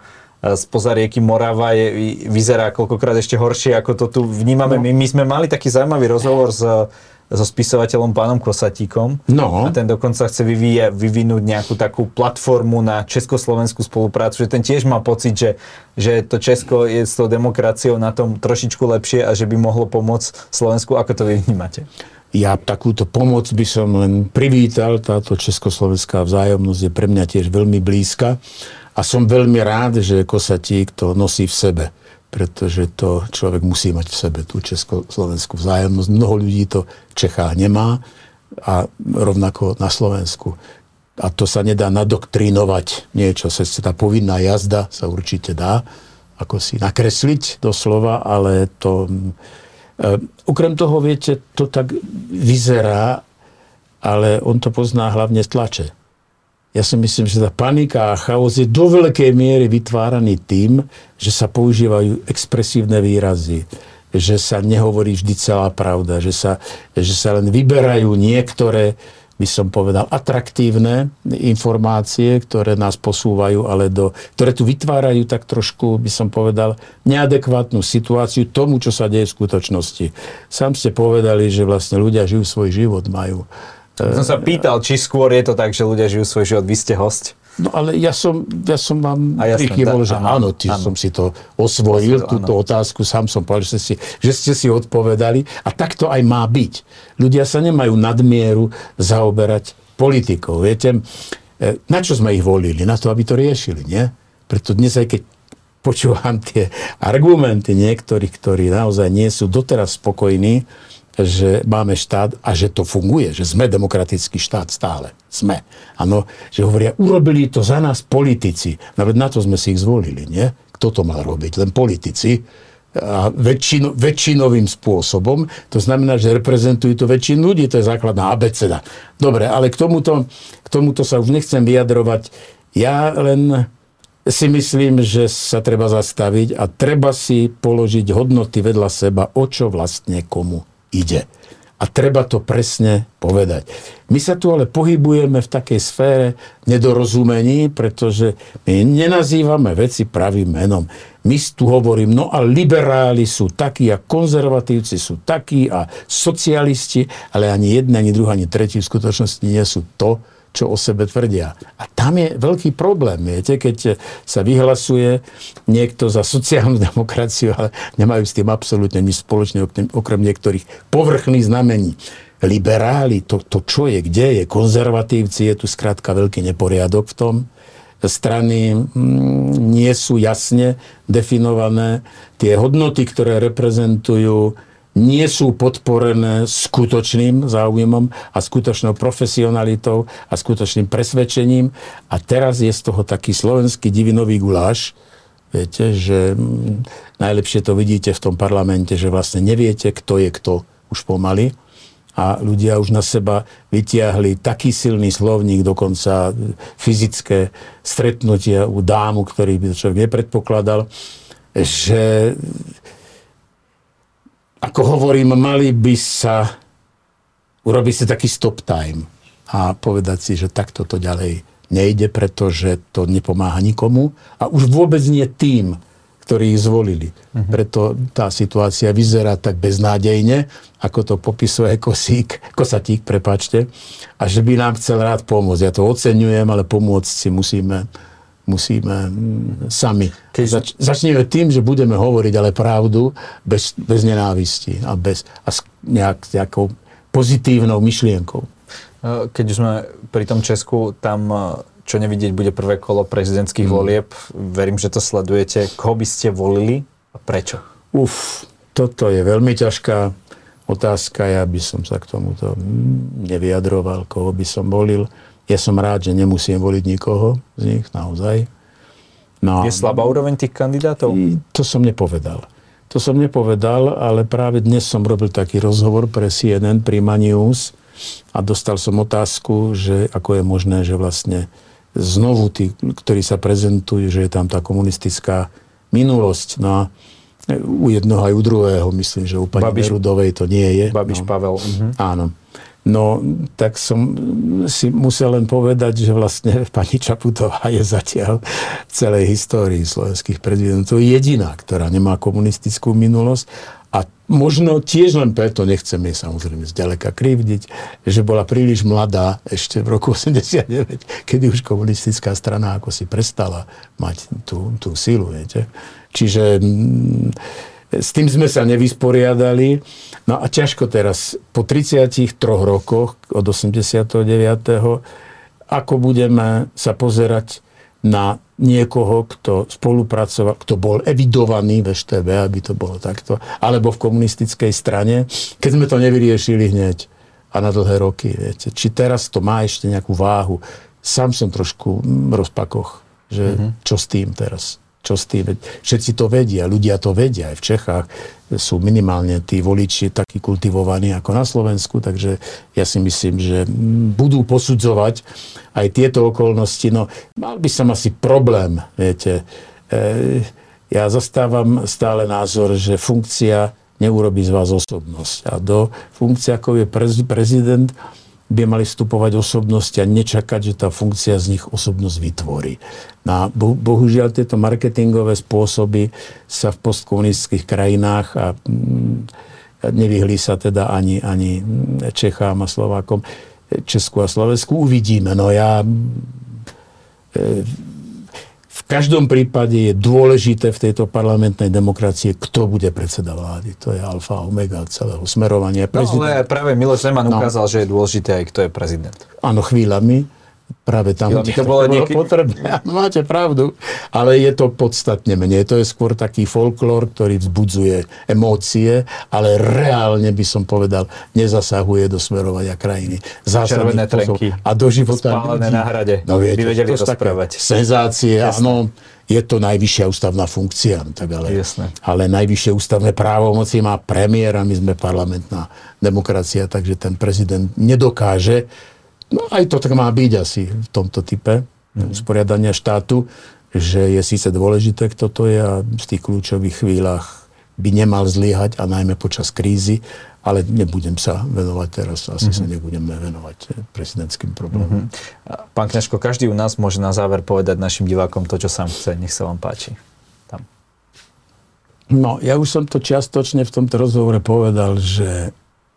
z poza rieky Morava je, vyzerá koľkokrát ešte horšie, ako to tu vnímame. No. My, my sme mali taký zaujímavý rozhovor s, so spisovateľom pánom Kosatíkom. No. A ten dokonca chce vyvíja, vyvinúť nejakú takú platformu na československú spoluprácu, že ten tiež má pocit, že, že to Česko je s tou demokraciou na tom trošičku lepšie a že by mohlo pomôcť Slovensku. Ako to vy vnímate? Ja takúto pomoc by som len privítal. Táto československá vzájomnosť je pre mňa tiež veľmi blízka a som veľmi rád, že Kosatík to nosí v sebe, pretože to človek musí mať v sebe, tú československú vzájomnosť. Mnoho ľudí to v Čechách nemá a rovnako na Slovensku. A to sa nedá nadoktrinovať niečo. Tá povinná jazda sa určite dá ako si nakresliť doslova, ale to... E, okrem toho, viete, to tak vyzerá, ale on to pozná hlavne z tlače. Ja si myslím, že tá panika a chaos je do veľkej miery vytváraný tým, že sa používajú expresívne výrazy, že sa nehovorí vždy celá pravda, že sa, že sa len vyberajú niektoré, by som povedal, atraktívne informácie, ktoré nás posúvajú, ale do, ktoré tu vytvárajú tak trošku, by som povedal, neadekvátnu situáciu tomu, čo sa deje v skutočnosti. Sám ste povedali, že vlastne ľudia žijú svoj život, majú... Som sa pýtal, či skôr je to tak, že ľudia žijú svoj život, vy ste hosť. No ale ja som, ja som vám prikyvol, že áno, ty áno. som si to osvojil, Osvojil, túto áno. otázku, sám som povedal, že ste, si, že ste si odpovedali a tak to aj má byť. Ľudia sa nemajú nadmieru zaoberať politikou. Viete, na čo sme ich volili? Na to, aby to riešili, nie? Preto dnes aj keď počúvam tie argumenty niektorých, ktorí naozaj nie sú doteraz spokojní, že máme štát a že to funguje, že sme demokratický štát stále. Sme. Áno, že hovoria, urobili to za nás politici. Nawet na to sme si ich zvolili, nie? Kto to mal robiť? Len politici. A väčšino, väčšinovým spôsobom. To znamená, že reprezentujú to väčšinu ľudí. To je základná abeceda. Dobre, ale k tomuto, k tomuto sa už nechcem vyjadrovať. Ja len si myslím, že sa treba zastaviť a treba si položiť hodnoty vedľa seba, o čo vlastne komu ide. A treba to presne povedať. My sa tu ale pohybujeme v takej sfére nedorozumení, pretože my nenazývame veci pravým menom. My tu hovorím, no a liberáli sú takí a konzervatívci sú takí a socialisti, ale ani jedna, ani druhá, ani tretí v skutočnosti nie sú to, čo o sebe tvrdia. A tam je veľký problém, viete, keď sa vyhlasuje niekto za sociálnu demokraciu, ale nemajú s tým absolútne nič spoločné, okrem niektorých povrchných znamení. Liberáli, to, to čo je, kde je, konzervatívci, je tu skrátka veľký neporiadok v tom. Strany mm, nie sú jasne definované. Tie hodnoty, ktoré reprezentujú, nie sú podporené skutočným záujmom a skutočnou profesionalitou a skutočným presvedčením. A teraz je z toho taký slovenský divinový guláš. Viete, že najlepšie to vidíte v tom parlamente, že vlastne neviete, kto je kto už pomaly. A ľudia už na seba vytiahli taký silný slovník, dokonca fyzické stretnutia u dámu, ktorý by človek nepredpokladal, že... Ako hovorím, mali by sa urobiť si taký stop time a povedať si, že takto to ďalej nejde, pretože to nepomáha nikomu a už vôbec nie tým, ktorí ich zvolili. Uh-huh. Preto tá situácia vyzerá tak beznádejne, ako to popisuje Kosík, Kosatík, prepáčte, a že by nám chcel rád pomôcť. Ja to oceňujem, ale pomôcť si musíme musíme sami. Keď zač- začneme tým, že budeme hovoriť ale pravdu bez, bez nenávisti a, bez, a s nejak, nejakou pozitívnou myšlienkou. Keď už sme pri tom Česku, tam čo nevidieť bude prvé kolo prezidentských mm. volieb. Verím, že to sledujete. Koho by ste volili a prečo? Uf, toto je veľmi ťažká otázka. Ja by som sa k tomuto nevyjadroval, koho by som volil. Ja som rád, že nemusím voliť nikoho z nich, naozaj. No, je slabá úroveň tých kandidátov? To som nepovedal. To som nepovedal, ale práve dnes som robil taký rozhovor pre C N N, Prima News, a dostal som otázku, že ako je možné, že vlastne znovu tí, ktorí sa prezentujú, že je tam tá komunistická minulosť. No a u jednoho aj u druhého, myslím, že u pani Babiš, Nerudovej to nie je. Babiš no. Pavel. Mhm. Áno. No, tak som si musel len povedať, že vlastne pani Čaputová je zatiaľ v celej histórii slovenských prezidentov jediná, ktorá nemá komunistickú minulosť. A možno tiež len preto, nechcem jej samozrejme zďaleka krivdiť, že bola príliš mladá ešte v roku osemdesiatdeväť, kedy už komunistická strana ako si prestala mať tú, tú silu, viete. Čiže mm, s tým sme sa nevysporiadali. No a ťažko teraz, po tridsiatich troch rokoch od osemdesiatdeväť. ako budeme sa pozerať na niekoho, kto spolupracoval, kto bol evidovaný v eš té bé, aby to bolo takto, alebo v komunistickej strane, keď sme to nevyriešili hneď a na dlhé roky. Viete. Či teraz to má ešte nejakú váhu. Sám som trošku v rozpakoch, že mm-hmm. čo s tým teraz? Čo s tým? Všetci to vedia, ľudia to vedia. Aj v Čechách sú minimálne tí voliči takí kultivovaní ako na Slovensku, takže ja si myslím, že budú posudzovať aj tieto okolnosti. No, mal by som asi problém, viete. E, ja zastávam stále názor, že funkcia neurobí z vás osobnosť. A do funkcie, ako je prezident, by mali vstupovať osobnosti a nečakať, že tá funkcia z nich osobnosť vytvorí. No, bohužiaľ tieto marketingové spôsoby sa v postkomunistických krajinách a mm, nevyhli sa teda ani, ani Čechám a Slovákom, Česku a Slovensku. Uvidíme. No ja e, v každom prípade je dôležité v tejto parlamentnej demokracie, kto bude predseda vlády. To je alfa a omega celého smerovania. Prezident... No ale práve Miloš Zeman no. ukázal, že je dôležité aj kto je prezident. Áno, chvíľami. Práve tam, kde to bolo nieky... potrebné. Máte pravdu. Ale je to podstatne menej. To je skôr taký folklór, ktorý vzbudzuje emócie, ale reálne by som povedal, nezasahuje do smerovania krajiny. Zásadných červené trenky. A do života. Spálené na hrade. No viete, by vedeli rozprávať. Senzácie, áno. Je to najvyššia ústavná funkcia. Tak ale, ale najvyššie ústavné právomoci má premiér a my sme parlamentná demokracia, takže ten prezident nedokáže. No aj to tak má byť asi v tomto type mm. usporiadania štátu, že je síce dôležité, kto to je a v tých kľúčových chvíľach by nemal zlyhať a najmä počas krízy, ale nebudem sa venovať teraz, asi mm-hmm. sa nebudeme venovať prezidentským problémom. Mm-hmm. Pán Kňažko, každý u nás môže na záver povedať našim divákom to, čo sám chce. Nech sa vám páči. Tam. No, ja už som to čiastočne v tomto rozhovore povedal, že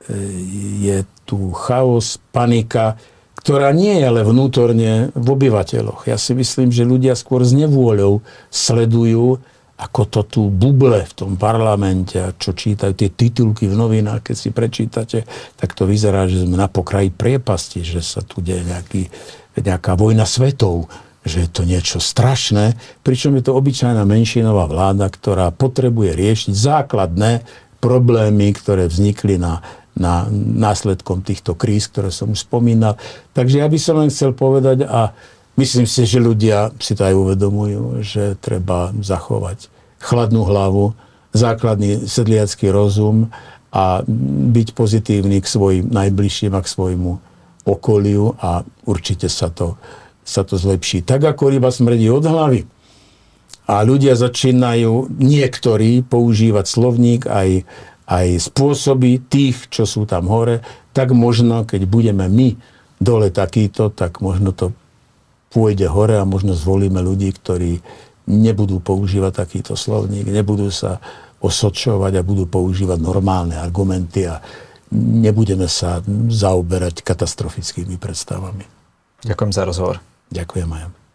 je tu chaos, panika, ktorá nie je ale vnútorne v obyvateľoch. Ja si myslím, že ľudia skôr s nevôľou sledujú, ako to tu buble v tom parlamente a čo čítajú tie titulky v novinách, keď si prečítate, tak to vyzerá, že sme na pokraji priepasti, že sa tu deje nejaký, nejaká vojna svetov, že je to niečo strašné, pričom je to obyčajná menšinová vláda, ktorá potrebuje riešiť základné problémy, ktoré vznikli na na následkom týchto kríz, ktoré som už spomínal. Takže ja by som len chcel povedať a myslím si, že ľudia si to aj uvedomujú, že treba zachovať chladnú hlavu, základný sedliacky rozum a byť pozitívny k svojim najbližším a k svojmu okoliu a určite sa to, sa to zlepší. Tak ako ryba smrdí od hlavy a ľudia začínajú niektorí používať slovník aj aj spôsoby tých, čo sú tam hore, tak možno, keď budeme my dole takýto, tak možno to pôjde hore a možno zvolíme ľudí, ktorí nebudú používať takýto slovník, nebudú sa osočovať a budú používať normálne argumenty a nebudeme sa zaoberať katastrofickými predstavami. Ďakujem za rozhovor. Ďakujem aj.